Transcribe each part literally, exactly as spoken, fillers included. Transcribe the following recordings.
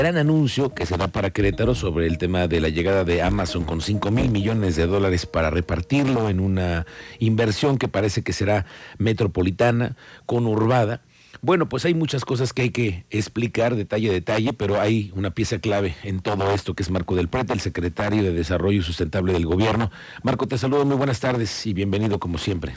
gran anuncio que se da para Querétaro sobre el tema de la llegada de Amazon con cinco mil millones de dólares para repartirlo en una inversión que parece que será metropolitana, conurbada. Bueno, pues hay muchas cosas que hay que explicar detalle a detalle, pero hay una pieza clave en todo esto que es Marco del Prete, el secretario de Desarrollo Sustentable del Gobierno. Marco, te saludo, muy buenas tardes y bienvenido como siempre.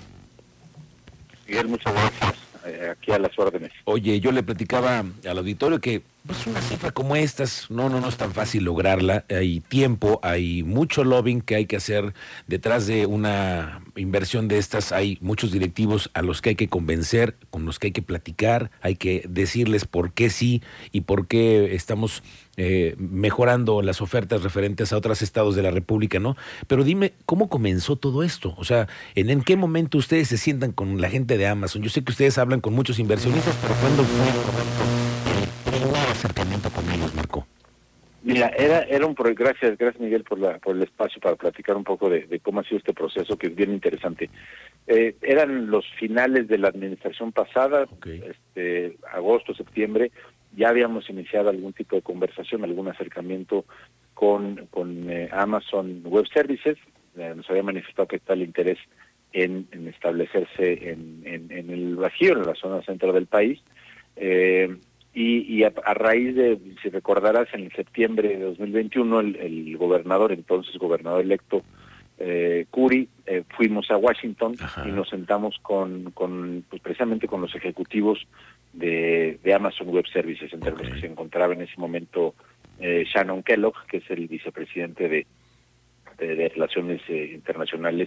Miguel, muchas gracias. Eh, aquí a las órdenes. Oye, yo le platicaba al auditorio que pues una cifra como estas, no, no, no es tan fácil lograrla. Hay tiempo, hay mucho lobbying que hay que hacer detrás de una inversión de estas. Hay muchos directivos a los que hay que convencer, con los que hay que platicar, hay que decirles por qué sí y por qué estamos eh, mejorando las ofertas referentes a otros estados de la República, ¿no? Pero dime, ¿cómo comenzó todo esto? O sea, ¿en, en qué momento ustedes se sientan con la gente de Amazon? Yo sé que ustedes hablan con muchos inversionistas, pero ¿cuándo fue el momento? Acercamiento con ellos, Marco. Mira, era era un pro... gracias, gracias Miguel por la por el espacio para platicar un poco de, de cómo ha sido este proceso, que es bien interesante. Eh, eran los finales de la administración pasada, okay. este agosto, septiembre, ya habíamos iniciado algún tipo de conversación, algún acercamiento con con eh, Amazon Web Services. Eh, nos había manifestado que está el interés en, en establecerse en, en, en el Bajío, en la zona centro del país. Eh, Y, y a, a raíz de, si recordarás, en septiembre de dos mil veintiuno, el, el gobernador, entonces gobernador electo, eh, Curi, eh, fuimos a Washington. Ajá. Y nos sentamos con, con pues precisamente con los ejecutivos de, de Amazon Web Services, entre okay. los que se encontraba en ese momento eh, Shannon Kellogg, que es el vicepresidente de, de, de Relaciones eh, Internacionales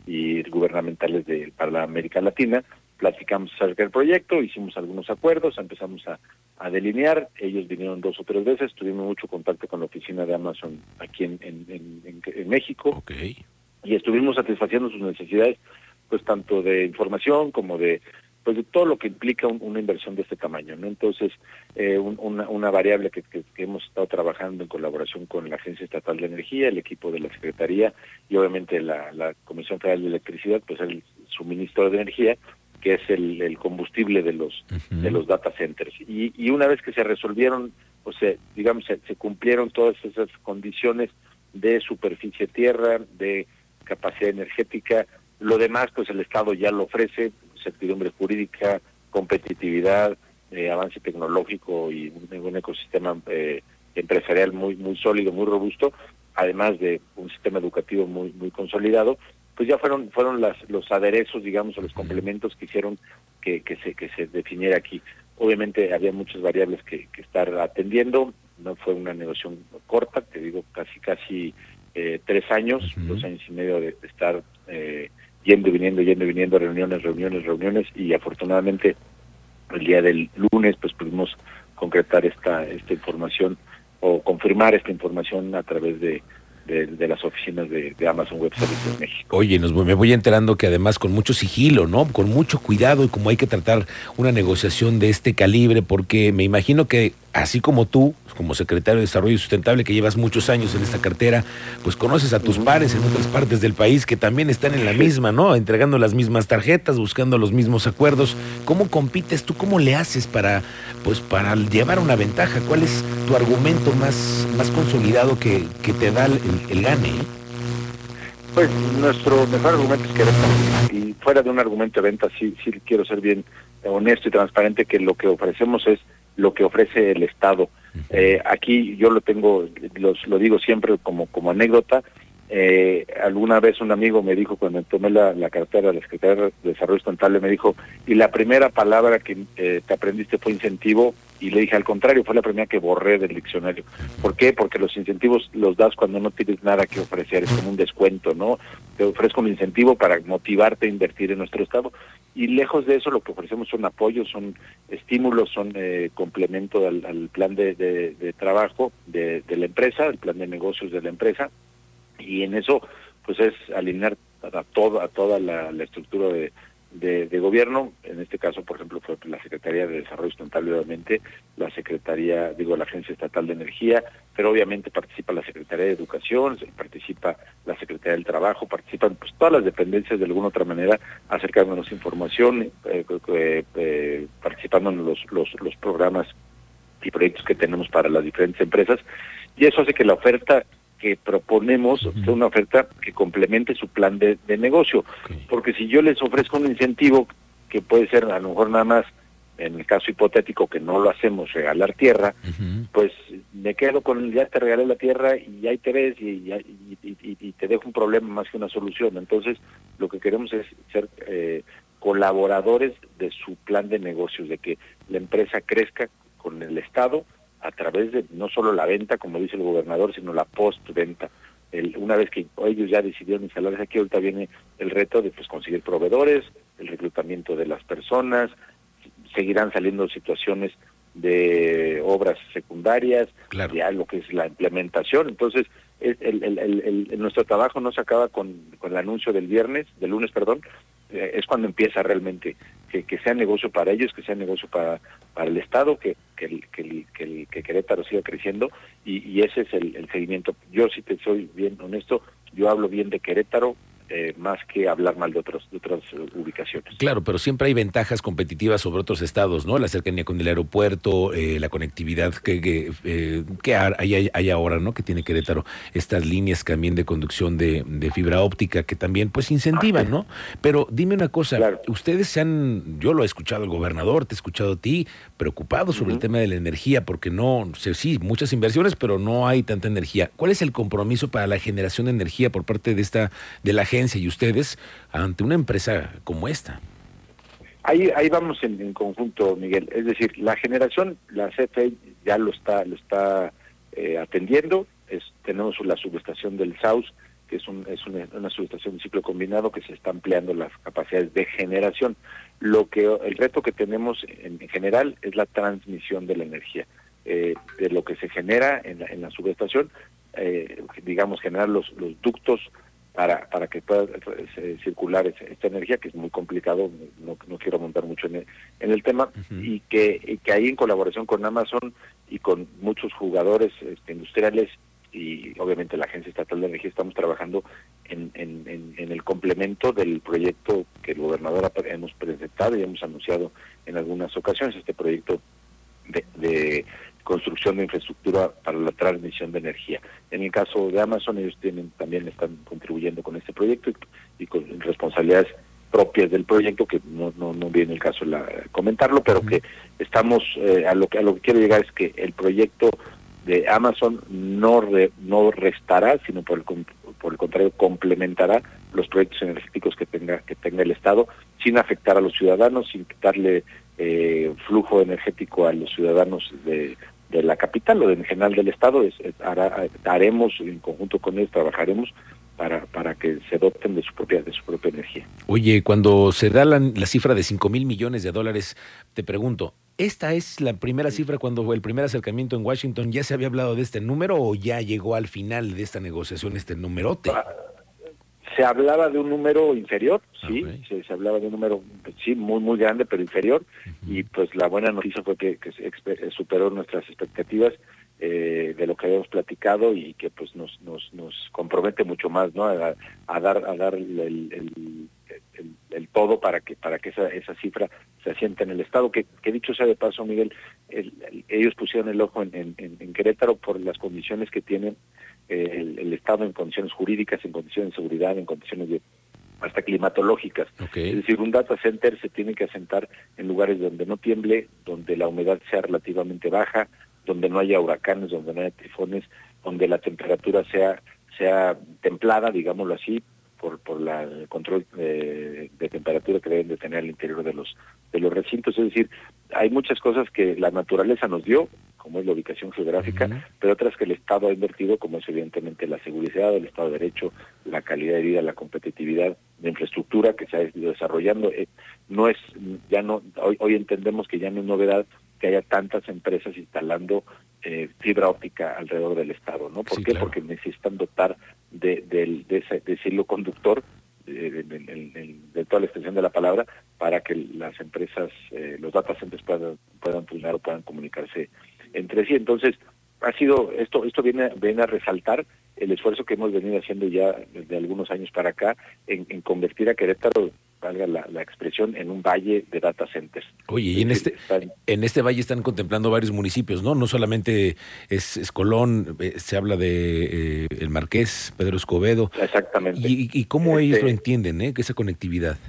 y Gubernamentales de, para la América Latina. Platicamos acerca del proyecto, hicimos algunos acuerdos, empezamos a, a delinear. Ellos vinieron dos o tres veces, tuvimos mucho contacto con la oficina de Amazon aquí en, en, en, en México. Okay. Y estuvimos satisfaciendo sus necesidades, pues tanto de información como de pues de todo lo que implica un, una inversión de este tamaño, ¿no? Entonces, eh, un, una, una variable que, que, que hemos estado trabajando en colaboración con la Agencia Estatal de Energía, el equipo de la Secretaría y obviamente la, la Comisión Federal de Electricidad, pues el suministro de energía, que es el, el combustible de los uh-huh. de los data centers. Y, y una vez que se resolvieron, o sea, digamos, se, se cumplieron todas esas condiciones de superficie tierra, de capacidad energética, lo demás, pues el Estado ya lo ofrece, certidumbre jurídica, competitividad, eh, avance tecnológico y un, un ecosistema eh, empresarial muy muy sólido, muy robusto, además de un sistema educativo muy muy consolidado. Pues ya fueron fueron las los aderezos, digamos, o los complementos que hicieron que, que se que se definiera aquí. Obviamente había muchas variables que, que estar atendiendo, no fue una negociación corta, te digo, casi casi eh, tres años, uh-huh. dos años y medio de, de estar eh, yendo y viniendo, yendo y viniendo, reuniones, reuniones, reuniones, y afortunadamente el día del lunes pues pudimos concretar esta esta información o confirmar esta información a través de De, de las oficinas de, de Amazon Web Services en México. Oye, nos, me voy enterando que además con mucho sigilo, ¿no? Con mucho cuidado y como hay que tratar una negociación de este calibre, porque me imagino que así como tú, como secretario de Desarrollo Sustentable, que llevas muchos años en esta cartera, pues conoces a tus uh-huh. pares en otras partes del país que también están en la misma, ¿no? Entregando las mismas tarjetas, buscando los mismos acuerdos. ¿Cómo compites tú? ¿Cómo le haces para, pues, para llevar una ventaja? ¿Cuál es tu argumento más, más consolidado que, que te da el, el gane? ¿eh? Pues nuestro mejor argumento es que y fuera de un argumento de venta, sí, sí quiero ser bien honesto y transparente, que lo que ofrecemos es lo que ofrece el Estado. Uh-huh. Eh, aquí yo lo tengo, los, lo digo siempre como, como anécdota. Eh, alguna vez un amigo me dijo, cuando tomé la, la cartera de la Secretaría de Desarrollo Sustentable, me dijo, y la primera palabra que eh, te aprendiste fue incentivo, y le dije, al contrario, fue la primera que borré del diccionario. ¿Por qué? Porque los incentivos los das cuando no tienes nada que ofrecer, es como un descuento, ¿no? Te ofrezco un incentivo para motivarte a invertir en nuestro Estado, y lejos de eso lo que ofrecemos son apoyos, son estímulos, son eh, complemento al, al plan de, de, de trabajo de, de la empresa, el plan de negocios de la empresa, y en eso pues es alinear a toda a toda la, la estructura de, de, de gobierno. En este caso, por ejemplo, fue la Secretaría de Desarrollo Sustentable, obviamente, la Secretaría, digo, la Agencia Estatal de Energía, pero obviamente participa la Secretaría de Educación, participa la Secretaría del Trabajo, participan pues todas las dependencias de alguna otra manera acercándonos información, eh, eh, eh, participando en los, los, los programas y proyectos que tenemos para las diferentes empresas, y eso hace que la oferta que proponemos uh-huh. sea una oferta que complemente su plan de, de negocio, okay. porque si yo les ofrezco un incentivo que puede ser a lo mejor nada más, en el caso hipotético que no lo hacemos, regalar tierra, uh-huh. pues me quedo con el ya te regalé la tierra y ahí te ves y, y, y, y, y te dejo un problema más que una solución. Entonces lo que queremos es ser eh, colaboradores de su plan de negocios, de que la empresa crezca con el Estado a través de no solo la venta, como dice el gobernador, sino la postventa. El, una vez que ellos ya decidieron instalarse aquí, ahorita viene el reto de pues conseguir proveedores, el reclutamiento de las personas, seguirán saliendo situaciones de obras secundarias, claro. ya lo que es la implementación. Entonces, el, el, el, el, el, nuestro trabajo no se acaba con, con el anuncio del viernes, del lunes, perdón, eh, es cuando empieza realmente, que, que sea negocio para ellos, que sea negocio para, para el Estado, que, que, el, que, el, que, el, que Querétaro siga creciendo, y, y ese es el, el seguimiento. Yo, si te soy bien honesto, yo hablo bien de Querétaro, Eh, más que hablar mal de, otros, de otras uh, ubicaciones. Claro, pero siempre hay ventajas competitivas sobre otros estados, ¿no? La cercanía con el aeropuerto, eh, la conectividad que, que, eh, que hay, hay, hay ahora, ¿no? Que tiene Querétaro, estas líneas también de conducción de, de fibra óptica que también pues incentivan, ¿no? Pero dime una cosa, claro. ustedes se han, yo lo he escuchado al gobernador, te he escuchado a ti, preocupado sobre uh-huh. el tema de la energía, porque no, sí, muchas inversiones, pero no hay tanta energía. ¿Cuál es el compromiso para la generación de energía por parte de esta, de la agencia y ustedes ante una empresa como esta? Ahí ahí vamos en, en conjunto, Miguel. Es decir, la generación, la C F E ya lo está lo está eh, atendiendo. Es, tenemos la subestación del Saus, que es, un, es una, una subestación de ciclo combinado que se está ampliando las capacidades de generación. Lo que el reto que tenemos en, en general es la transmisión de la energía, eh, de lo que se genera en la, en la subestación, eh, digamos, generar los, los ductos para para que pueda eh, circular esa, esta energía, que es muy complicado, no, no quiero montar mucho en el, en el tema, uh-huh. y, que, y que ahí en colaboración con Amazon y con muchos jugadores este, industriales y obviamente la Agencia Estatal de Energía estamos trabajando en, en, en, en el complemento del proyecto que el gobernador ha, hemos presentado y hemos anunciado en algunas ocasiones, este proyecto de, de construcción de infraestructura para la transmisión de energía. En el caso de Amazon, ellos tienen también están contribuyendo con este proyecto y, y con responsabilidades propias del proyecto, que no no, no viene el caso la, comentarlo, pero uh-huh. que estamos, eh, a lo que a lo que quiero llegar es que el proyecto de Amazon no re, no restará, sino por el, por el contrario complementará los proyectos energéticos que tenga que tenga el Estado, sin afectar a los ciudadanos, sin quitarle eh, flujo energético a los ciudadanos de de la capital o en general del Estado. Es, es, hará, haremos en conjunto con ellos, trabajaremos para para que se doten de su propia de su propia energía. Oye, cuando se da la, la cifra de cinco mil millones de dólares, te pregunto, ¿esta es la primera cifra cuando fue el primer acercamiento en Washington? ¿Ya se había hablado de este número o ya llegó al final de esta negociación este numerote? Ah, se hablaba de un número inferior, sí, okay. se, se hablaba de un número, sí, muy muy grande, pero inferior, uh-huh. y pues la buena noticia fue que, que se exper- superó nuestras expectativas eh, de lo que habíamos platicado y que pues nos nos nos compromete mucho más, ¿no? A, a dar a dar el, el, el, el, el todo para que para que esa esa cifra se asiente en el Estado, que, que dicho sea de paso, Miguel, el, el, ellos pusieron el ojo en, en, en Querétaro por las condiciones que tienen El, el Estado en condiciones jurídicas, en condiciones de seguridad, en condiciones de hasta climatológicas. Okay. Es decir, un data center se tiene que asentar en lugares donde no tiemble, donde la humedad sea relativamente baja, donde no haya huracanes, donde no haya tifones, donde la temperatura sea sea templada, digámoslo así, por por la, el control de, de temperatura que deben de tener al interior de los de los recintos. Es decir, hay muchas cosas que la naturaleza nos dio, como es la ubicación geográfica, uh-huh. pero otras que el Estado ha invertido, como es evidentemente la seguridad, el Estado de Derecho, la calidad de vida, la competitividad, la infraestructura que se ha ido desarrollando. Eh, no es, ya no, hoy, hoy entendemos que ya no es novedad que haya tantas empresas instalando eh, fibra óptica alrededor del Estado, ¿no? ¿Por sí, qué? Claro. Porque necesitan dotar de, de, de, ese, de ese hilo conductor de, de, de, de, de toda la extensión de la palabra para que las empresas, eh, los data centers puedan, puedan funcionar o puedan comunicarse entre sí. Entonces, ha sido, esto esto viene, viene a resaltar el esfuerzo que hemos venido haciendo ya desde algunos años para acá en, en convertir a Querétaro, valga la, la expresión, en un valle de data centers. Oye, y en este están... en este valle están contemplando varios municipios, ¿no? No solamente es, es Colón, eh, se habla de eh, el Marqués, Pedro Escobedo. Exactamente. ¿Y, y cómo este... ellos lo entienden, eh, que esa conectividad?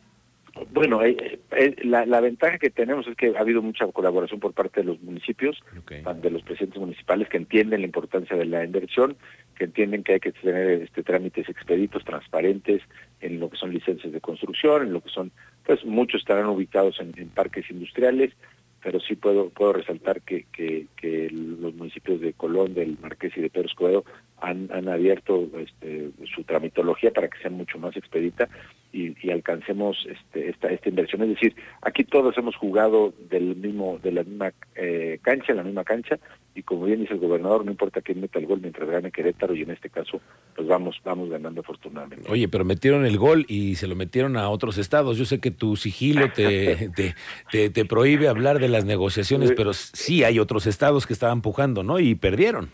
Bueno, eh, eh, la, la ventaja que tenemos es que ha habido mucha colaboración por parte de los municipios, okay. de los presidentes municipales que entienden la importancia de la inversión, que entienden que hay que tener este trámites expeditos, transparentes, en lo que son licencias de construcción, en lo que son, pues muchos estarán ubicados en, en parques industriales, pero sí puedo puedo resaltar que, que, que los municipios de Colón, del Marqués y de Pedro Escobedo han, han abierto este, su tramitología para que sea mucho más expedita y, y alcancemos este, esta esta inversión. Es decir, aquí todos hemos jugado del mismo de la misma eh, cancha, en la misma cancha, y como bien dice el gobernador, no importa quién meta el gol mientras gane Querétaro, y en este caso pues vamos vamos ganando afortunadamente. Oye, pero metieron el gol y se lo metieron a otros estados. Yo sé que tu sigilo te, te, te, te prohíbe hablar de las negociaciones, pero sí hay otros estados que estaban pujando, ¿no? Y perdieron.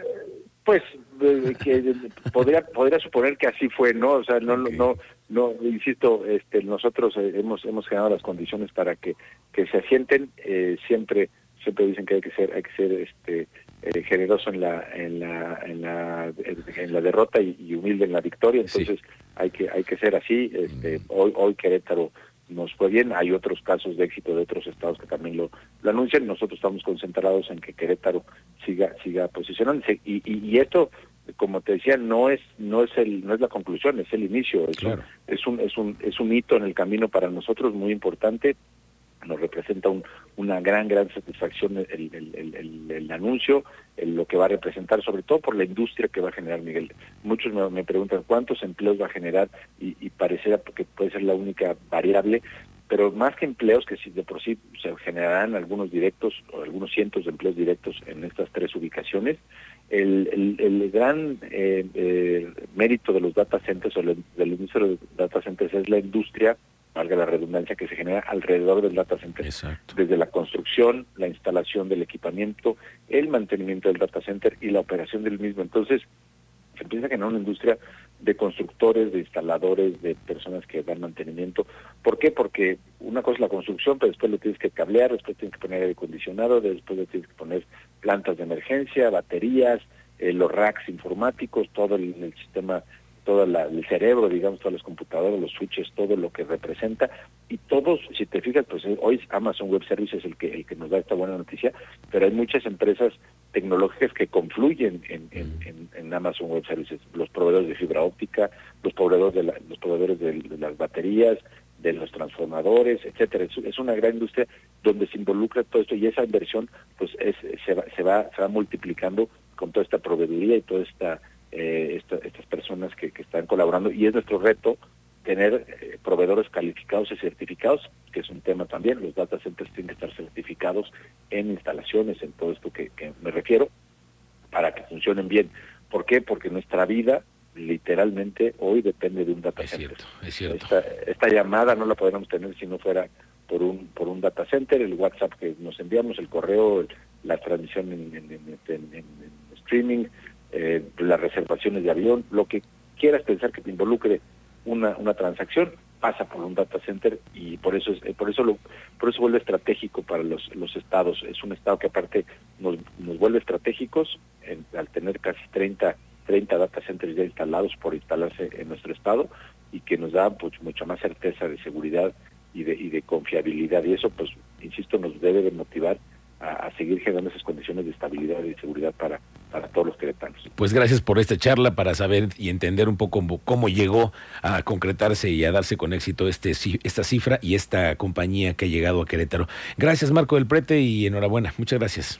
Pues eh, que podría podría suponer que así fue, ¿no? O sea, no okay. no no insisto, este nosotros eh, hemos hemos generado las condiciones para que que se asienten, eh, siempre siempre dicen que hay que ser hay que ser este eh, generoso en la en la en la en la derrota y, y humilde en la victoria, entonces sí. hay que hay que ser así. Este mm. hoy hoy Querétaro nos fue bien, hay otros casos de éxito de otros estados que también lo, lo anuncian. Nosotros estamos concentrados en que Querétaro siga siga posicionándose y, y, y esto, como te decía, no es no es el no es la conclusión, es el inicio, es, claro. un, es un es un es un hito en el camino para nosotros muy importante. Nos representa un, una gran, gran satisfacción el, el, el, el, el anuncio, el, lo que va a representar, sobre todo por la industria que va a generar, Miguel. Muchos me, me preguntan cuántos empleos va a generar y, y pareciera que puede ser la única variable, pero más que empleos, que si de por sí se generarán algunos directos o algunos cientos de empleos directos en estas tres ubicaciones, el, el, el gran eh, eh, mérito de los data centers o del industria de data centers es la industria, valga la redundancia, que se genera alrededor del data center. Exacto. Desde la construcción, la instalación del equipamiento, el mantenimiento del data center y la operación del mismo. Entonces, se empieza a generar una industria de constructores, de instaladores, de personas que dan mantenimiento. ¿Por qué? Porque una cosa es la construcción, pero después lo tienes que cablear, después tienes que poner aire acondicionado, después le tienes que poner plantas de emergencia, baterías, eh, los racks informáticos, todo el, el sistema, todo la, el cerebro, digamos, todas las computadoras, los switches, todo lo que representa, y todos, si te fijas, pues hoy Amazon Web Services es el que el que nos da esta buena noticia, pero hay muchas empresas tecnológicas que confluyen en, en, en, en Amazon Web Services, los proveedores de fibra óptica, los proveedores de la, los proveedores de, de las baterías, de los transformadores, etcétera. Es, es una gran industria donde se involucra todo esto, y esa inversión pues es, se va, se va, se va multiplicando con toda esta proveeduría y toda esta Eh, esta, estas personas que, que están colaborando, y es nuestro reto tener eh, proveedores calificados y certificados, que es un tema también. Los data centers tienen que estar certificados en instalaciones, en todo esto que, que me refiero, para que funcionen bien. ¿Por qué? Porque nuestra vida literalmente hoy depende de un data es center. Cierto, es cierto. Esta, esta llamada no la podríamos tener si no fuera por un por un data center, el WhatsApp que nos enviamos, el correo, el, la transmisión en, en, en, en, en, en streaming, Eh, las reservaciones de avión, lo que quieras pensar que te involucre una una transacción pasa por un data center, y por eso es, por eso lo por eso vuelve estratégico para los los estados. Es un estado que aparte nos nos vuelve estratégicos en, al tener casi treinta data centers ya instalados por instalarse en nuestro estado, y que nos da pues mucha más certeza de seguridad y de y de confiabilidad, y eso pues insisto nos debe de motivar a, a seguir generando esas condiciones de estabilidad y seguridad para para todos los queretanos. Pues gracias por esta charla, para saber y entender un poco cómo llegó a concretarse y a darse con éxito este esta cifra y esta compañía que ha llegado a Querétaro. Gracias, Marco del Prete, y enhorabuena. Muchas gracias.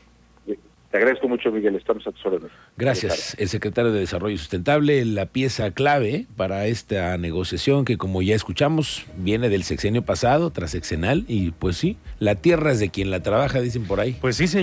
Te agradezco mucho, Miguel, estamos a tus órdenes. Gracias. El secretario de Desarrollo Sustentable, la pieza clave para esta negociación que, como ya escuchamos, viene del sexenio pasado, transeccional, y pues sí, la tierra es de quien la trabaja, dicen por ahí. Pues sí, señor.